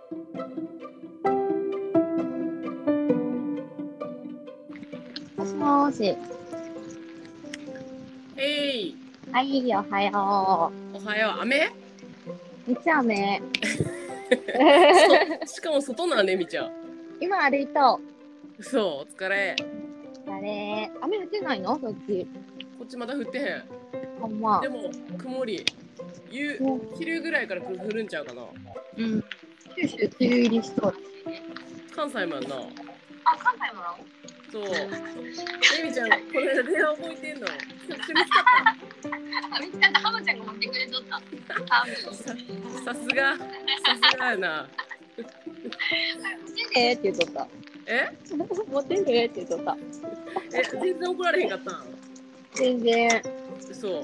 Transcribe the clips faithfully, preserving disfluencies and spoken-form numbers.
もしもーし。 えい、 はい、おはよおはよう。雨う。めっちゃ雨。 そしかも外なんねみちゃん。 今歩いと。 そう、お疲れ。 あれ、雨降ってないのそっち。 こっちまだ降ってへん。 ほんま。 でも、曇り。夕ね昼ぐらいから降るんちゃうかな。 うん。九州梅雨入りしそう。 関西もやんな。 あ、関西もなの？ そう。えみちゃん、この間電話覚えてんの。今日見つかっあ、見つかった。ハマちゃんが持ってくれとった。あ、 た。ささすが、さすがやな。 持ってねって言っとった。 え持ってねって言っとった。 え、全然怒られへんかったん？ 全然。 そう。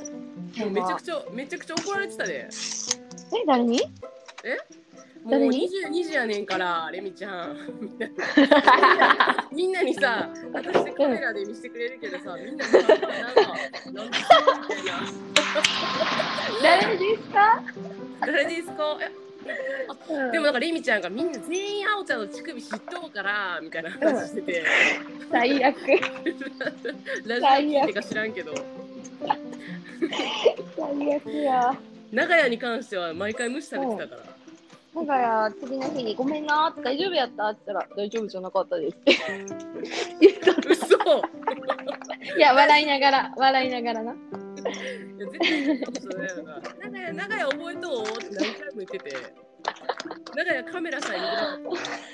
もうめちゃくちゃ、めちゃくちゃ怒られてたで。 え、誰に？ えもう誰ににじゅうにじやねんから、レミちゃん。みんなにさ、私でカメラで見せてくれるけどさ、みんななんか、なんか、なんでそうみたいな。 誰ですか？ 誰ですか？えあでもなんかレミちゃんがみんな全員あおちゃんの乳首知っとうからみたいな話してて、 最悪。 ラジオ聞いてか知らんけど、 最悪や。 長屋に関しては毎回無視されてたから。 だから次の日にごめんな、大丈夫やったって言ったら大丈夫じゃなかったですって言っとった。 嘘。 いや、笑いながら笑いながらな。 いや絶対そうだよな。長屋長屋覚えとうって何回も言ってて、長屋カメラさえ見てなか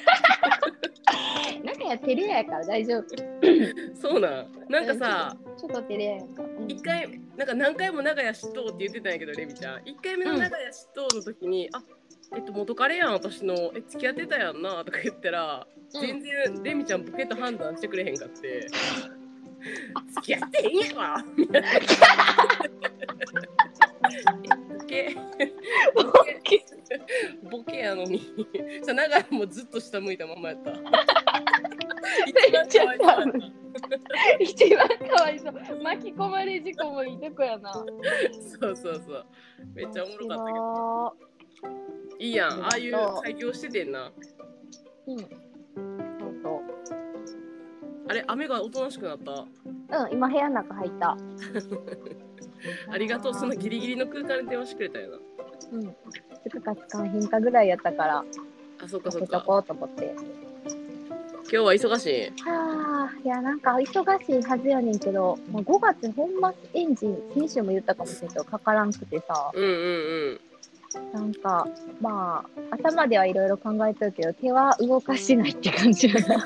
った。 なんかや照れ屋やから大丈夫。 そうなん。なんかさ、 ちょっと照れ屋やから。 一回なんか何回も長屋知っとうって言ってたんやけどレミちゃん。一回目の長屋知っとうの時に、うん、あえっと元彼やん私のえ付き合ってたやんなとか言ったら、うん、全然レミちゃんボケと判断してくれへんかって。付き合ってへんやわみたいな。ボケボケボケやのにさ長屋もずっと下向いたままやった。一番かわいそうやった。 一番かわいそう。巻き込まれ事故もいいとこやな。 そうそうそう。めっちゃおもろかったけど。いいやん、ああいう開業しててんな。 うん。そうそう。 あれ、雨がおとなしくなった？ うん、今部屋の中入った。 ありがとう、そのギリギリの空間で電話してくれたよな。 うん。つくかつかんひんかぐらいやったから。 あ、そっかそっか。 とこうと思って。 今日は忙しい？ はあ、いやなんか忙しいはずやねんけど、まあ、ごがつほんまエンジン先週も言ったかもしれんけどかからんくてさ、 うんうんうん、 なんかまあ頭ではいろいろ考えてるけど手は動かしないって感じやな。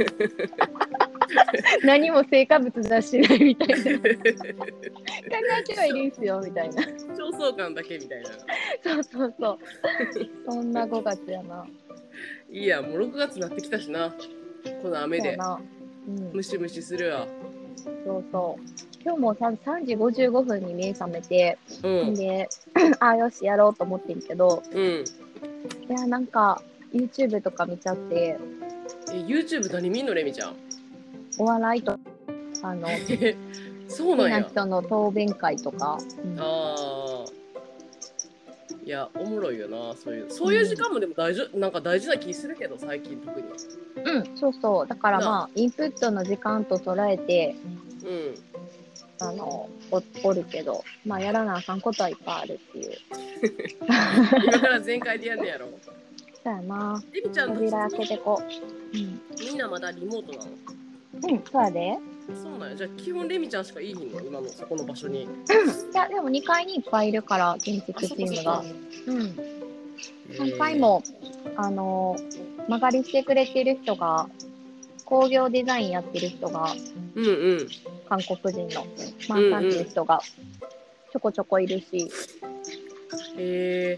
何も成果物出してないみたいな。考えてはいるんすよみたいな。 焦燥感だけみたいな。 そうそうそう。そんなごがつやな。 いいや、もうろくがつになってきたしな。この雨で、うん、ムシムシするわ。 そうそう。今日もさんじごじゅうごふんに目覚めて、うん、でああよしやろうと思ってんけど、うん、いやなんか YouTube とか見ちゃって。 え YouTube 何見んのレミちゃん？ お笑いとあのそうなんや。 好きな人の答弁会とか、 うん、ああいやおもろいよな、そういうそういう時間もでも大事、うん、なんか大事な気するけど最近特に。 うんそうそうだからまあインプットの時間と捉えて、うん、あの お, おるけどまあやらなあかんことはいっぱいあるっていう。 今から全開でやんねやろ。 そうやな。 レミちゃん扉開けてこう、うん、 みんなまだリモートなの？ うんそうやで。 そうなんや。じゃあ基本レミちゃんしかいいひんの今のそこの場所に。いやでもにかいにいっぱいいるから建築チームが。うん。さんかいもあの間借りしてくれてる人が工業デザインやってる人が、 うんうん、 韓国人のマンさんっていう人がちょこちょこいるし。 へえ。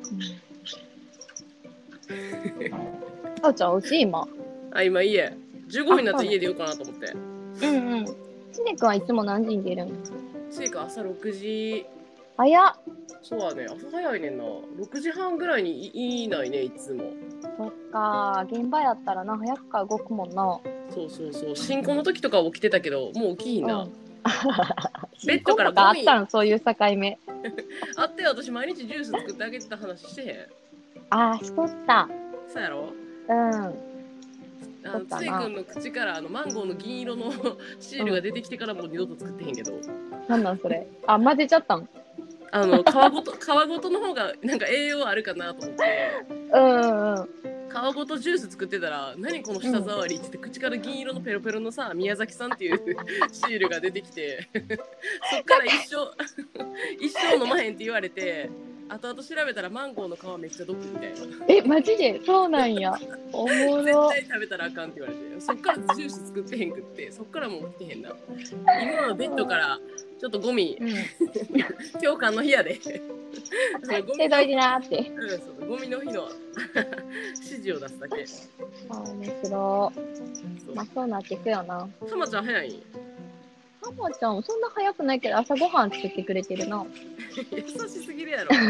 あおちゃんうち今。 あ今家。じゅうごふんになったら家出ようかなと思って。 うんうん。しねくんはいつも何時に出るの？ しねくん朝ろくじ。 早っ。 そうだね、朝早いねんな。ろくじはんぐらいにいないねいつも。 そっか現場やったらな早くから動くもんな。 そうそうそう新婚の時とか起きてたけどもう起きひんな、うん、ベッドからゴミあったんそういう境目。 あって私毎日ジュース作ってあげてた話してへん？ あーしとった。 そうやろ。 うん。 あのついくんの口からあのマンゴーの銀色のシールが出てきてからもう二度と作ってへんけど、 なんなんそれ。あ、混ぜちゃったん。 あの皮ごと皮ごとの方がなんか栄養あるかなと思って、 うんうん。 皮ごとジュース作ってたら何この舌触りって言って口から銀色のペロペロのさ宮崎さんっていうシールが出てきてそっから一生一生飲まへんって言われて、後々調べたらマンゴーの皮めっちゃ毒みたいな。 え、マジでそうなんや。おも絶ろ。 対食べたらあかんって言われて、そっからジュース作ってへんくって、そっからもう来てへんな。今のベッドからちょっとゴミ、 うん。 今日間の日やでゴミ手どいてなーって。 うん、そうゴミの日の指示を出すだけ。 あ、面白そうい。まあそうなっていくよな。 たまちゃん早いんハモちゃん、そんな早くないけど朝ごはん作ってくれてるな。 優しすぎるやろ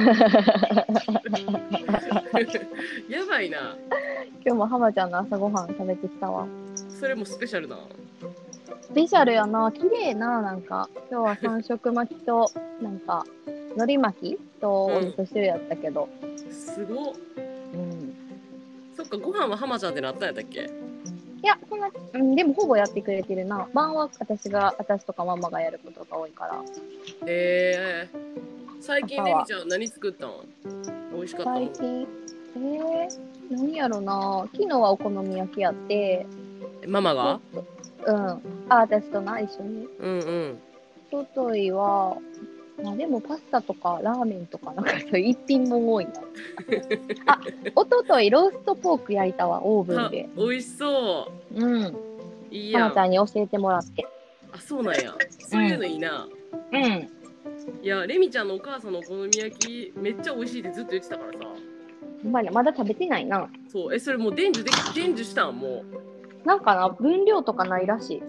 やばいな。 今日もハマちゃんの朝ごはん食べてきたわ。 それもスペシャルな。 スペシャルやな。綺麗な、なんか。今日は三色巻きと、なんか、海苔巻きとお味噌汁やったけど。 すごっ。 うん。 そっか、ご飯は浜ちゃんってなったんやったっけ。 いや、そんな、うん、でもほぼやってくれてるな。晩は私が、私とかママがやることが多いから。 えー、最近レミちゃん何作ったん。美味しかったもん。 最近、えー、何やろな。昨日はお好み焼きやって、 ママがうん。あ、私とな、一緒に。 うんうん。 おとといは、まあでもパスタとかラーメンとかなんかそういう一品も多いな。あ、おとといローストポーク焼いたわ、オーブンで。 美味しそう。うん。 いいやん。 はまちゃんに教えてもらって。 あ、そうなんや。そういうのいいな。 うん。 いや、レミちゃんのお母さんのお好み焼きめっちゃ美味しいってずっと言ってたからさ。 まだまだ食べてないな。 そう、え、それもう伝授でき、伝授したんもう。 なんかな、分量とかないらしい。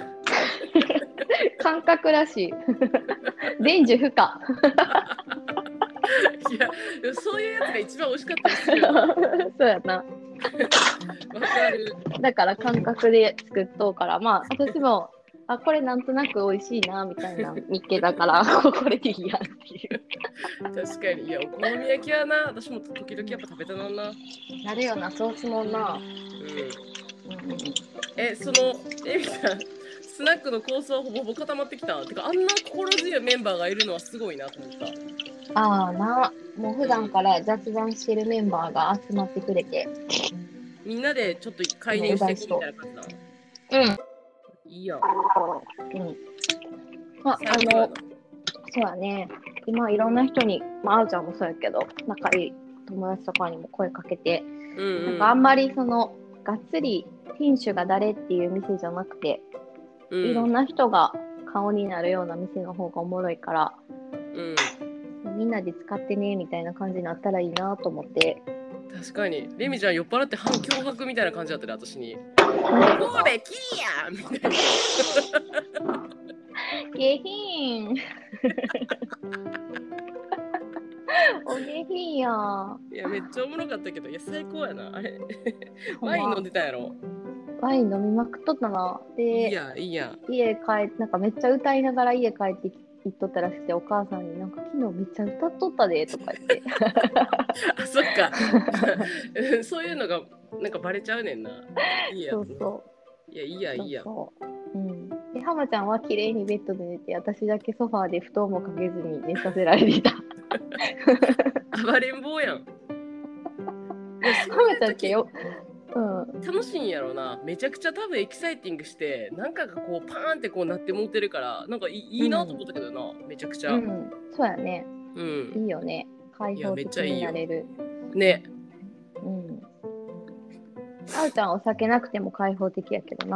感覚らしい。伝授不可。 いや、そういうやつが一番美味しかったりするよな。 そうやな。 わかる。 だから感覚で作っとうから、まあ私も、あ、これなんとなく美味しいなみたいな見っけだからこれでいいやっていう。 確かに。いや、お好み焼きはな、私も時々やっぱ食べたなんな。 なるよな、そうしもんな。 うん。 うん、 え、そのエミさん、スナックの構想はほぼほぼ固まってきた。てか、あんな心強いメンバーがいるのはすごいなと思った。 ああな、もう普段から雑談してるメンバーが集まってくれて、 みんなでちょっと介入していくみたいな感じな。 うん。 いいやん。 うん。まあ、あの、そうだね。今いろんな人に、まあ、あーちゃんもそうやけど、仲いい友達とかにも声かけて、 うんうん、 なんかあんまりその、がっつり店主が誰っていう店じゃなくて、うん、いろんな人が顔になるような店の方がおもろいから、うん、みんなで使ってねみたいな感じになったらいいなと思って。 確かにレミちゃん酔っ払って反脅迫みたいな感じだったね、私に。神戸キーやみたいな。 下品お下品や。 いやめっちゃおもろかったけど、いや最高やなあれ。ワイン飲んでたやろ。 ワイン飲みまくっとったな。で、 いいやいいや。 家帰ってなんかめっちゃ歌いながら家帰って行っとったらしくて、お母さんになんか昨日めっちゃ歌っとったでとか言って。 あ、そっか。そういうのがなんかバレちゃうねんな。いいや。 そうそう。 いやいいやいいや。 そうそう、うん。で浜ちゃんは綺麗にベッドで寝て、私だけソファーで布団もかけずに寝させられてた。 暴れん坊やん。 浜ちゃんってよ。うん、 楽しいんやろな。めちゃくちゃ多分エキサイティングしてなんかがこうパーンってこうなって持ってるからなんかい い, いいなと思ったけどな、うん、めちゃくちゃ、 うん、そうやね、 うん、 いいよね、開放的になれるね。 うん。あうちゃんお酒なくても開放的やけどな。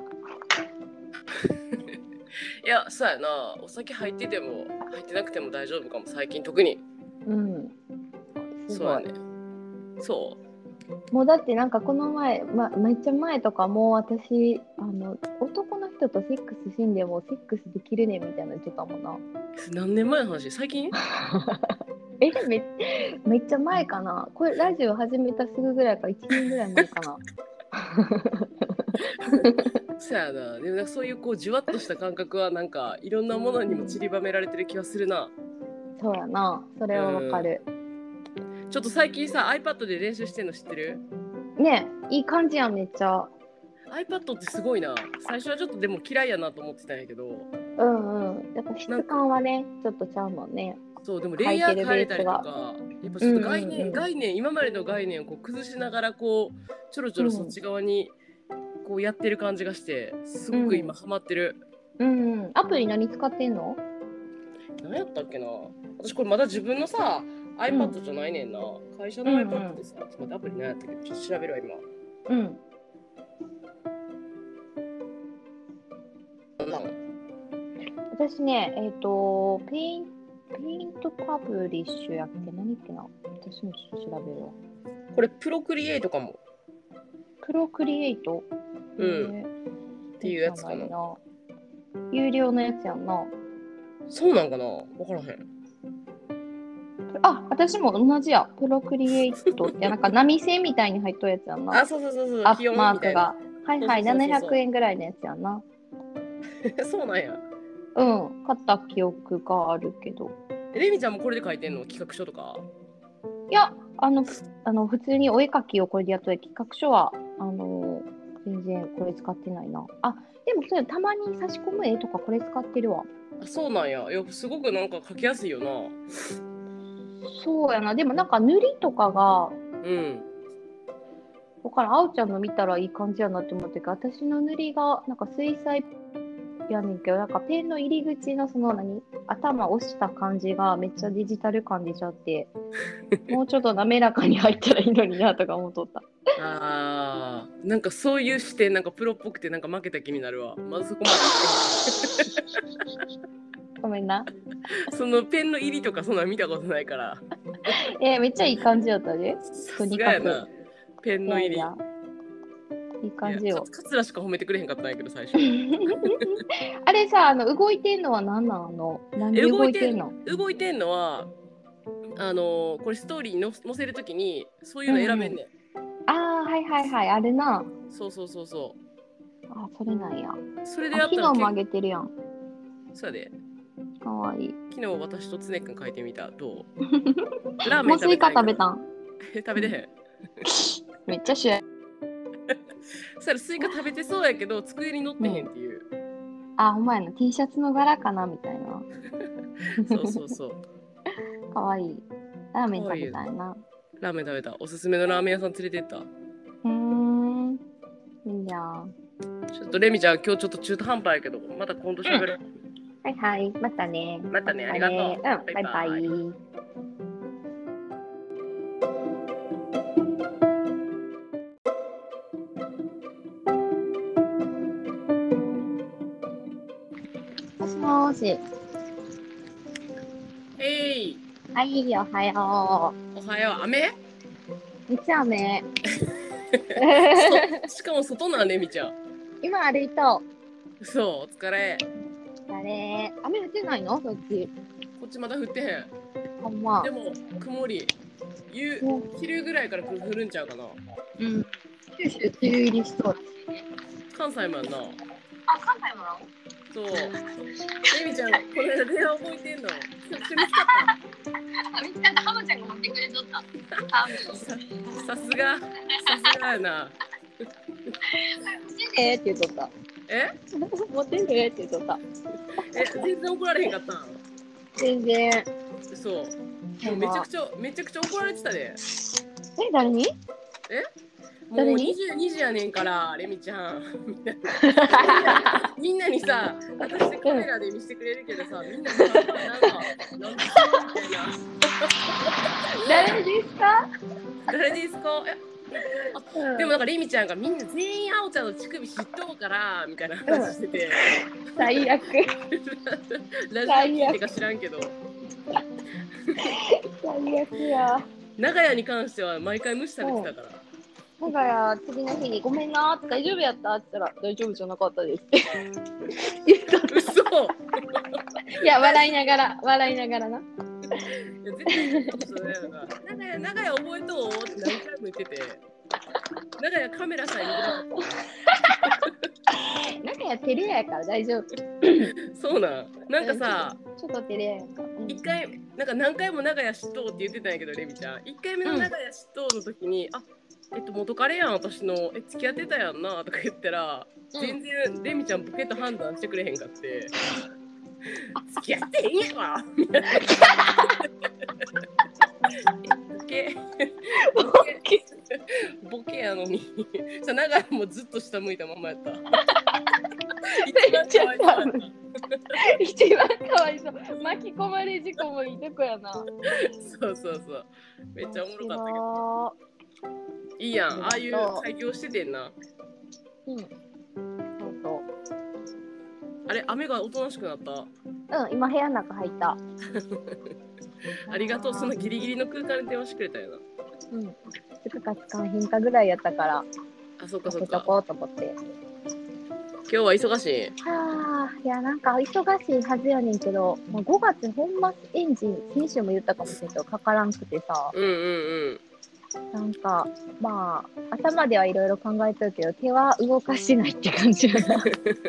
いやそうやな、お酒入ってても入ってなくても大丈夫かも最近特に。 うん、 そうやね。そうもうだってなんかこの前、ま、めっちゃ前とかもう私あの男の人とセックスしんでもセックスできるねみたいなの言ってたもんな。 何年前の話？最近？ え め, めっちゃ前かな。これラジオ始めたすぐぐらいかいちねんぐらい前かな。 そうやな。でもなんかそういうこうじわっとした感覚はなんかいろんなものにも散りばめられてる気がするな。 そうやな、それはわかる。 ちょっと最近さ iPad で練習してんの知ってる？ ねえ、いい感じやん、めっちゃ。 iPad ってすごいな。最初はちょっとでも嫌いやなと思ってたんやけど。 うんうん。やっぱ質感はね、ちょっとちゃうもんね。 そう、でもレイヤー変えたりとか、やっぱちょっと概念、 うんうんうん、 概念、今までの概念をこう崩しながらこうちょろちょろそっち側にこうやってる感じがして、すごく今ハマってる。 うんうん。アプリ何使ってんの？ 何やったっけな。私これまだ自分のさ iPad じゃないねんな。会社の iPad でさ、ちょっと待ってアプリ何やったっけ？ちょっと調べるわ今。 うん。私ね、えっ、ー、と、ペイン、ペイントパブリッシュやっけ？何っけな？私もちょっと調べるわ。 これプロクリエイトかも。 プロクリエイト？ うん。っていうやつかな。 有料のやつやんな。 そうなんかな？わからへん。 あ、私も同じや。プロクリエイトってなんか波線みたいに入っとるやつやんな。 あ、そうそうそうそう。 アップマークが。はいはい、ななひゃくえんぐらいのやつやんな。 そうなんや。 うん、買った記憶があるけど。 レミちゃんもこれで書いてんの？企画書とか？ いや、あの、あの普通にお絵描きをこれでやっとる。企画書は、あの、全然これ使ってないな。あ、でもそれたまに差し込む絵とかこれ使ってるわ。 あ、そうなんや。よくすごくなんか描きやすいよな。 そうやな。でもなんか塗りとかが、 うん。 だからあおちゃんの見たらいい感じやなって思ってけど、私の塗りがなんか水彩やねんけど、なんかペンの入り口のその何頭押した感じがめっちゃデジタル感出ちゃってもうちょっと滑らかに入ったらいいのになとか思っとった。 あー、なんかそういう視点なんかプロっぽくてなんか負けた気になるわ。まずそこまでごめんな。 そのペンの入りとかそんな見たことないからえー、めっちゃいい感じやったで。 とにかくペンの入りいやいやいい感じよ。 カツラしか褒めてくれへんかったんやけど最初あれさ、あの動いてんのは何なの？何で動いてんの？ 動いてんのはあのー、これストーリーに載せるときにそういうの選べんねん、うんうん、 ああはいはいはい、あるな。 そうそうそうそう。 あ、それなんや。 それでやったら昨日もあげてるやん。 そうやで。 かわいい。 昨日私とつねくん書いてみた。どう？ ラーメン食べたん？もうスイカ食べたん？ え、食べてへん。 めっちゃ主役。 そしたらスイカ食べてそうやけど机に乗ってへんっていう、うん、 あ、お前の T シャツの柄かなみたいなそうそうそうかわいい。ラーメン食べたいな。 ラーメン食べた。おすすめのラーメン屋さん連れてった。 うーん、いいじゃん。 ちょっとレミちゃん今日ちょっと中途半端やけどまた今度しゃべろう、 うん、はいはい、またね。 またね、ありがとう。うん、 バイバイ。バイバイ。もし。 えい。 はい、おはよう。おはよう。雨？ めっちゃ雨。 しかも外なんねみちゃん。 今歩いと。 そう、お疲れ。 お疲れ。雨降ってないの？そっち。 こっちまだ降ってへん。 ほんま。 でも曇り。夕昼ぐらいから降るんちゃうかな。 うん。九州梅雨入りしそう。 関西もやんな。 あ、関西もなの？ そう。レミちゃん、この間電話覚えてんの。見つかった。 見つかった。ハマちゃんが持ってくれとった。 さすが、さすがやな。 持ってねって言っとった。 え？ 持ってねって言っとった。 え、全然怒られへんかったん？ 全然。 そう。もうめちゃくちゃ、めちゃくちゃ怒られてたで。 え、誰に？ え？もうにじゅうにじやねんからレミちゃんみんなにさ、私でカメラで見せてくれるけどさ、みんなさ、なんかなんでみたいな誰ですか？ 誰ですか？え、うん、でもなんかレミちゃんがみんな全員あおちゃんの乳首知っとうからみたいな話してて、 うん、最悪ラジオ聞いてか知らんけど最悪や。 長屋に関しては毎回無視されてたから、 だから次の日にごめんなー大丈夫やったって言ったら大丈夫じゃなかったですって言った。 嘘。 いや笑いながら笑いながらな。いや絶対そうやな。長屋長屋覚えとうって何回も言ってて、長屋カメラさえ見てなかった。 長屋テレ屋やから大丈夫。 そうなん。なんかさ、 ちょっとテレ屋やから。 一回なんか何回も長屋知っとうって言ってたんやけど、レミちゃんいっかいめの長屋知っとうの時に、あえっと元彼やん私の、え付き合ってたやんなとか言ったら、 うん全然レミちゃんボケと判断してくれへんかって、付き合ってへんやんかみたいな。ボケボケボケやのにさながらもずっと下向いたままやった。一番かわいそうやった。 一番かわいそう。巻き込まれ事故もいいとこやな。 そうそうそう。めっちゃおもろかったけど。いいやん。ああいう開業しててんな。 うん。そうそう。 あれ、雨がおとなしくなった。 うん、今部屋の中入った。 ありがとう。そのギリギリの空間に電話してくれたよな。 うん。つくかつかんひんかぐらいやったから。 あ、そっかそっか。 開けとこうと思って。 今日は忙しい。 はあ、いやなんか忙しいはずやねんけど、まあ、ごがつほんまエンジン先週も言ったかもしれんけどかからんくてさ、 うんうんうん。 なんかまあ頭ではいろいろ考えてるけど手は動かしないって感じやな。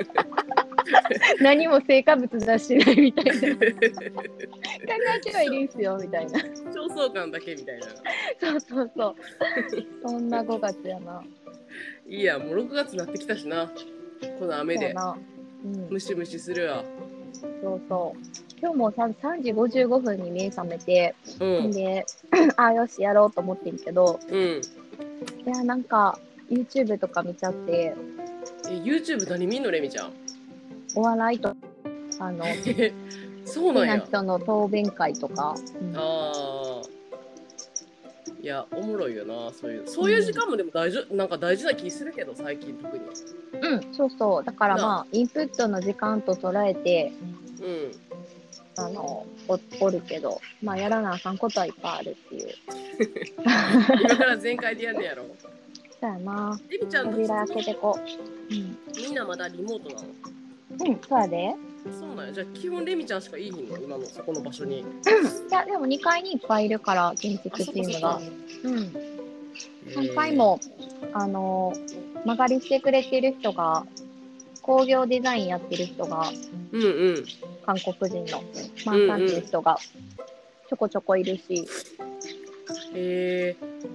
何も成果物出してないみたいな。考えてはいるんすよみたいな。 焦燥感だけみたいな。 そうそうそう。そんなごがつやな。 いいや、もうろくがつになってきたしな。この雨で、うん、ムシムシするわ。 そうそう。今日もさんじごじゅうごふんに目覚めて、うん、で、あよしやろうと思ってるけど、うん、いやなんか YouTube とか見ちゃって。 え YouTube 何見んのレミちゃん？ お笑いとあのそうなんや。 好きな人の答弁会とか。 うん、ああ。いやおもろいよな、そういうそういう時間もでも大事、うん、なんか大事な気するけど最近特に。 うんそうそう、だからまあインプットの時間と捉えて、うん、あの お, おるけど、まあやらなあかんことはいっぱいあるっていう。 今から全開でやんねやろ。 そうやな。 レミちゃんと扉開けてこう、うん、 みんなまだリモートなの？ うんそうやで。そうなんや。じゃあ基本レミちゃんしかいいひんの今のそこの場所に。いやでもにかいにいっぱいいるから建設チームが。うん。さんかいもあの間借りしてくれてる人が工業デザインやってる人が、うんうん、韓国人のマンさんっていう人がちょこちょこいるし。 へえ。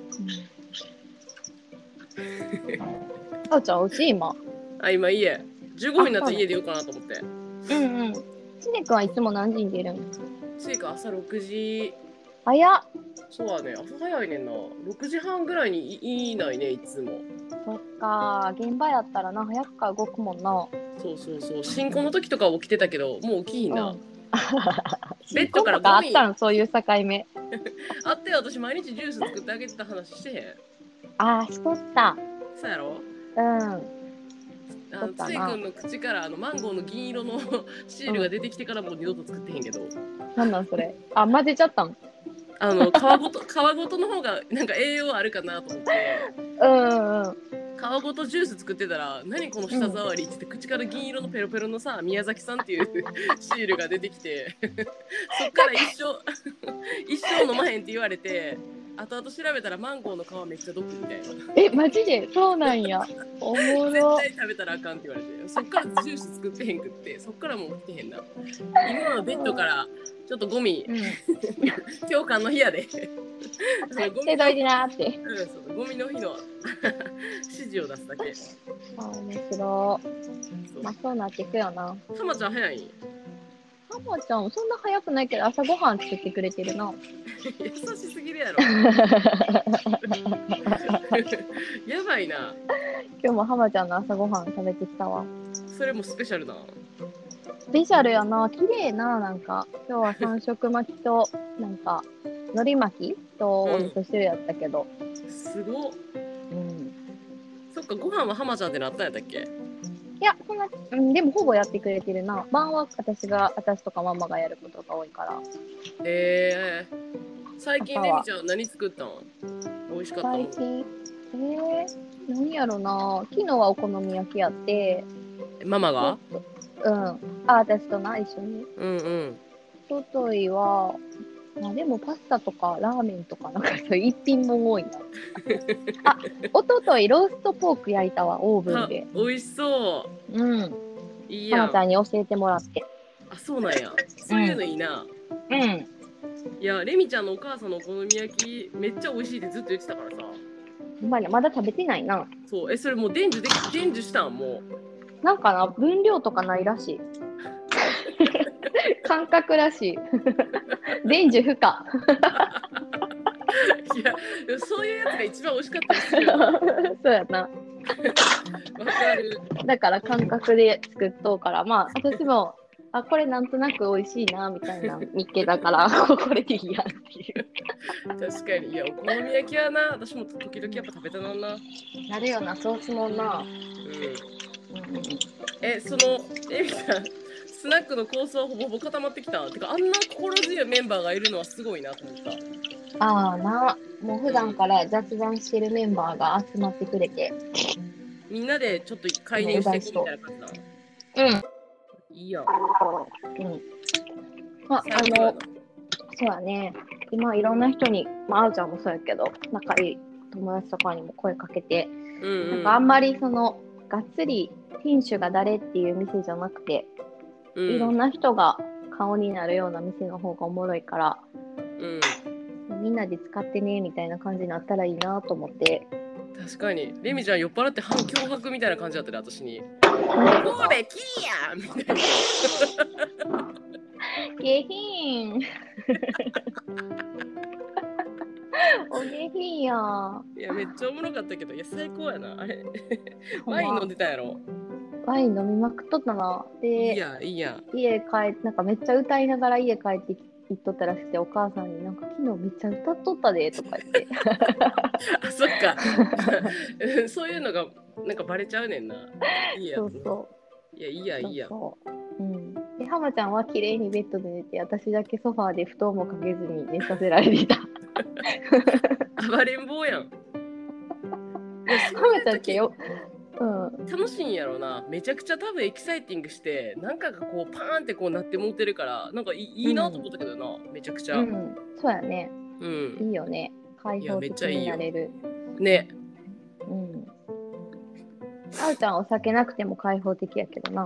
あおちゃんおうち今？ あ今家じゅうごふんになって家出ようかなと思って。 うんうん。しねくんはいつも何時に出るん？ しねくん朝ろくじ。 早っ。 そうだね、朝早いねんな。ろくじはんぐらいにいないねいつも。 そっか、現場やったらな早くから動くもんな。 そうそうそう、新婚の時とか起きてたけどもう起きひんな。うん、 ベッドからゴミあったん、そういう境目。 あったよ、私毎日ジュース作ってあげてた話してへん？ あーしとった。 そうやろ？ うん。 あのつえくんの口からあのマンゴーの銀色のシールが出てきてからもう二度と作ってへんけど。 なんなんそれ？あ混ぜちゃったん？ あの皮ごと皮ごとの方がなんか栄養あるかなと思って。 うんうん。 皮ごとジュース作ってたら何この舌触りって言って口から銀色のペロペロのさ宮崎さんっていうシールが出てきてそっから一生一生飲まへんって言われて、後々調べたらマンゴーの皮めっちゃ毒みたいな。 えマジでそうなんや。おもろ。 絶対食べたらあかんって言われて、そっからジュース作ってへんくって、そっからもう来てへんな。今のベッドからちょっとゴミ、うん、今日間の日やでゴミどいてなーって、 うん、そうゴミの日の指示を出すだけ。 あ面白い。まあそうなっていくよな。 たまちゃん早い？ たまちゃんそんな早くないけど朝ごはん作ってくれてるな。 優しすぎるやろやばいな。 今日も浜ちゃんの朝ごはん食べてきたわ。 それもスペシャルな。 スペシャルやな、綺麗な。なんか今日は三色巻きとなんか海苔巻きとお味噌汁やったけど、 うん、すごっ。うん。そっか、ご飯は浜ちゃんでなったんやったっけ？ いやそんな、うん、でもほぼやってくれてるな。晩は私が私とかママがやることが多いから。 えー、最近レミちゃん何作ったん？美味しかったもん。 最近えー、何やろな。昨日はお好み焼きやって。 ママが？ うん。あ、私とな、一緒に。 うんうん。 おとといは、まあでもパスタとかラーメンとかなんかそういう一品も多いな。あ、おとといローストポーク焼いたわ、オーブンで。 美味しそう。 うん。いいやん。ママちゃんに教えてもらって。 あ、そうなんや。そういうのいいな。 うん。うん。 いやレミちゃんのお母さんのお好み焼きめっちゃ美味しいってずっと言ってたからさ。 ほんまにまだ食べてないな。 そうえそれもう伝授でき伝授したんもう。 なんかな分量とかないらしい。感覚らしい。伝授不可。 いやでもそういうやつが一番美味しかったりするよな。わそうやな。 かる。 だから感覚で作っとうから、まあ私もあこれなんとなく美味しいなみたいな見っけだからこれでいいやっていう。 確かにいやお好み焼きはな私も時々やっぱ食べたなんな。 なるよなソースもんな。 うん。 うん、 えそのエミさんスナックの構想はほぼほぼ固まってきた。てかあんな心強いメンバーがいるのはすごいなと思った。 ああな、もう普段から雑談してるメンバーが集まってくれて、 みんなでちょっと改善していくみたいな感じな。 うん。 いいやん。 うん。まあ、あの、そうだね。今いろんな人に、まあ、あおちゃんもそうやけど、仲いい友達とかにも声かけて、 うんうん、 なんかあんまりその、がっつり店主が誰っていう店じゃなくて、 うん、 いろんな人が顔になるような店の方がおもろいから、 うん、 みんなで使ってねみたいな感じになったらいいなと思って。 確かにレミちゃん酔っ払って反脅迫みたいな感じだったね私に。神戸キーやみたいな。 下品お下品や。 いやめっちゃおもろかったけどいや最高やなあれ。ワイン飲んでたやろ。 ワイン飲みまくっとったな。でいいやいいや家帰ってなんかめっちゃ歌いながら家帰って行っとったらしくて、お母さんになんか昨日めっちゃ歌っとったでとか言ってあそっかそういうのがなんかバレちゃうねんな。いいやそうそう、 いやいいやいいや。 そうそう、うん、で浜ちゃんは綺麗にベッドで寝て、私だけソファーで布団もかけずに寝させられていた暴れん坊やん。 浜ちゃんってよ、うん、 楽しいんやろな。めちゃくちゃ多分エキサイティングしてなんかがこうパーンってこうなって持ってるからなんかい い, いいなと思ったけどな、うん、めちゃくちゃ、 うん、そうやね、 うん、 いいよね、開放的になれる。 いいね。 うん。あおちゃんお酒なくても開放的やけどな。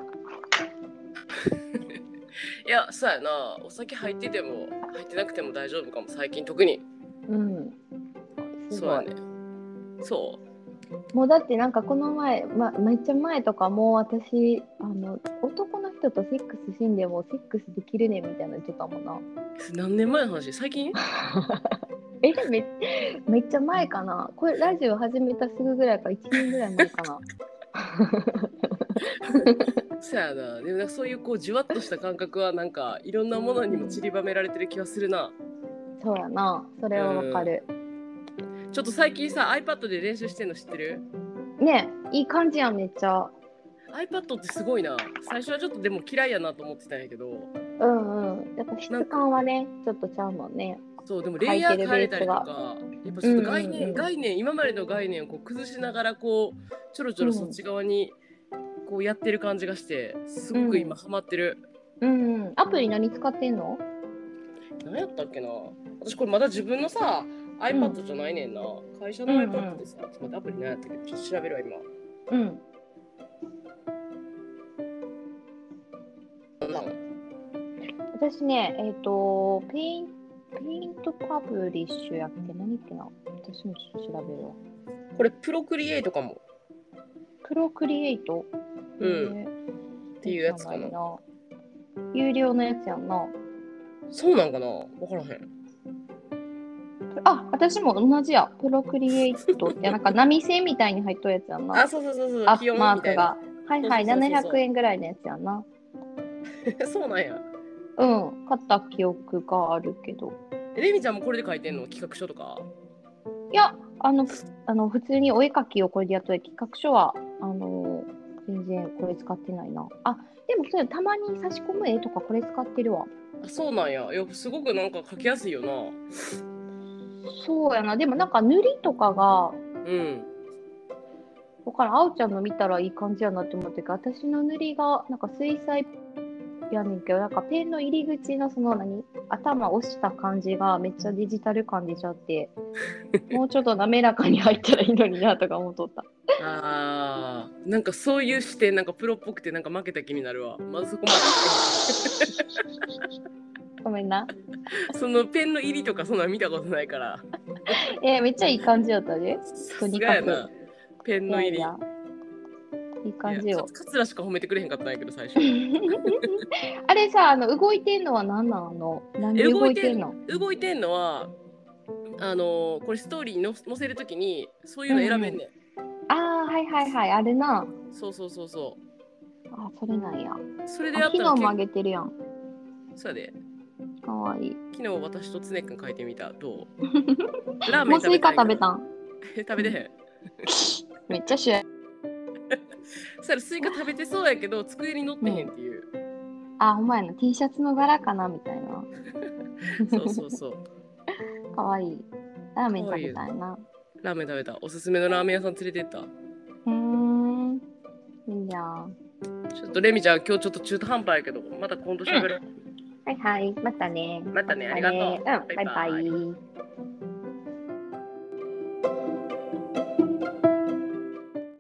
いやそうやな、お酒入ってても入ってなくても大丈夫かも最近特に。 うん。すごい。 そうやね。そう。 もうだってなんかこの前、ま、めっちゃ前とかもう私あの男の人とセックスしんでもセックスできるねみたいなの言ってたもんな。 何年前の話？最近？ え め, めっちゃ前かな。これラジオ始めたすぐぐらいかいちねんぐらい前かな。 そうやな。でもなんかそういうこうじわっとした感覚はなんかいろんなものにも散りばめられてる気がするな。 そうやな、それはわかる。 ちょっと最近さ iPad で練習してんの知ってる？ ねえ、いい感じやんめっちゃ。 iPad ってすごいな。最初はちょっとでも嫌いやなと思ってたんやけど、 うんうん、やっぱ質感はねちょっとちゃうもんね。 そうでもレイヤー変えたりとかやっぱちょっと概念、 うんうんうん、 概念今までの概念をこう崩しながらこうちょろちょろそっち側にこうやってる感じがしてすごく今ハマってる。 うん、うんうん、アプリ何使ってんの？ 何やったっけな。私これまだ自分のさ iPad じゃないねんな、うん、会社の iPad でさ、うんうん、ちょっと待ってアプリ何やったっけ、ちょっと調べるわ今。 うん。私ね、えっ、ー、とペイン、ペイントパブリッシュやっけ、何っけな。私もちょっと調べるわ。 これプロクリエイトかも。 プロクリエイト、 うん、っていうやつかな。 有料のやつやんな。 そうなんかな、分からへん。 あ、私も同じや。プロクリエイトってなんか波線みたいに入っとるやつやんな。 あ、そうそうそうそう。 アップマークが。はいはい、ななひゃくえんぐらいのやつやんな。 そうなんや。 うん、買った記憶があるけど。 レミちゃんもこれで書いてんの？企画書とか？ いや、あの、あの普通にお絵描きをこれでやっとる。企画書はあの全然これ使ってないな。あ、でもそれたまに差し込む絵とかこれ使ってるわ。 あ、そうなんや。いや、すごくなんか描きやすいよな。 そうやな。でもなんか塗りとかが、 うん。 だからあおちゃんの見たらいい感じやなって思ってるけど、私の塗りがなんか水彩やねんけど、なんかペンの入り口のその何頭押した感じがめっちゃデジタル感出ちゃってもうちょっと滑らかに入ったらいいのになとか思っとった。 あー、なんかそういう視点なんかプロっぽくてなんか負けた気になるわ。まずそこまでごめんな。 そのペンの入りとかそんなん見たことないから。 えー、めっちゃいい感じやったで。とにかく。 なペンの入り。いやいい感じよ。 カツラしか褒めてくれへんかったんやけど最初。 あれさ、あの動いてんのは何なの？何で動いてんの？ 動いてんのはあのこれストーリーに載せるときにそういうの選べんねん。 うん、ああはいはいはいあれな。 そうそうそうそう。 あそれなんや。 それでやったら昨日もあげてるやん。 そうやで。 かわいい。 昨日私とつねくん書いてみた。どう？ラーメン食べたい。もうスイカ食べたん？ え食べてへん。 めっちゃ主役。 そしたらスイカ食べてそうやけど机に乗ってへんっていう。うん、 あほんまやな T シャツの柄かなみたいな。 そうそうそう。 かわいい。ラーメン食べたいな。 ラーメン食べた。おすすめのラーメン屋さん連れてった。 うーん。いいやん。 ちょっとレミちゃん今日ちょっと中途半端やけどまた今度しゃべる。 はいはいまたね。 またねありがとう。 うんバイバイ。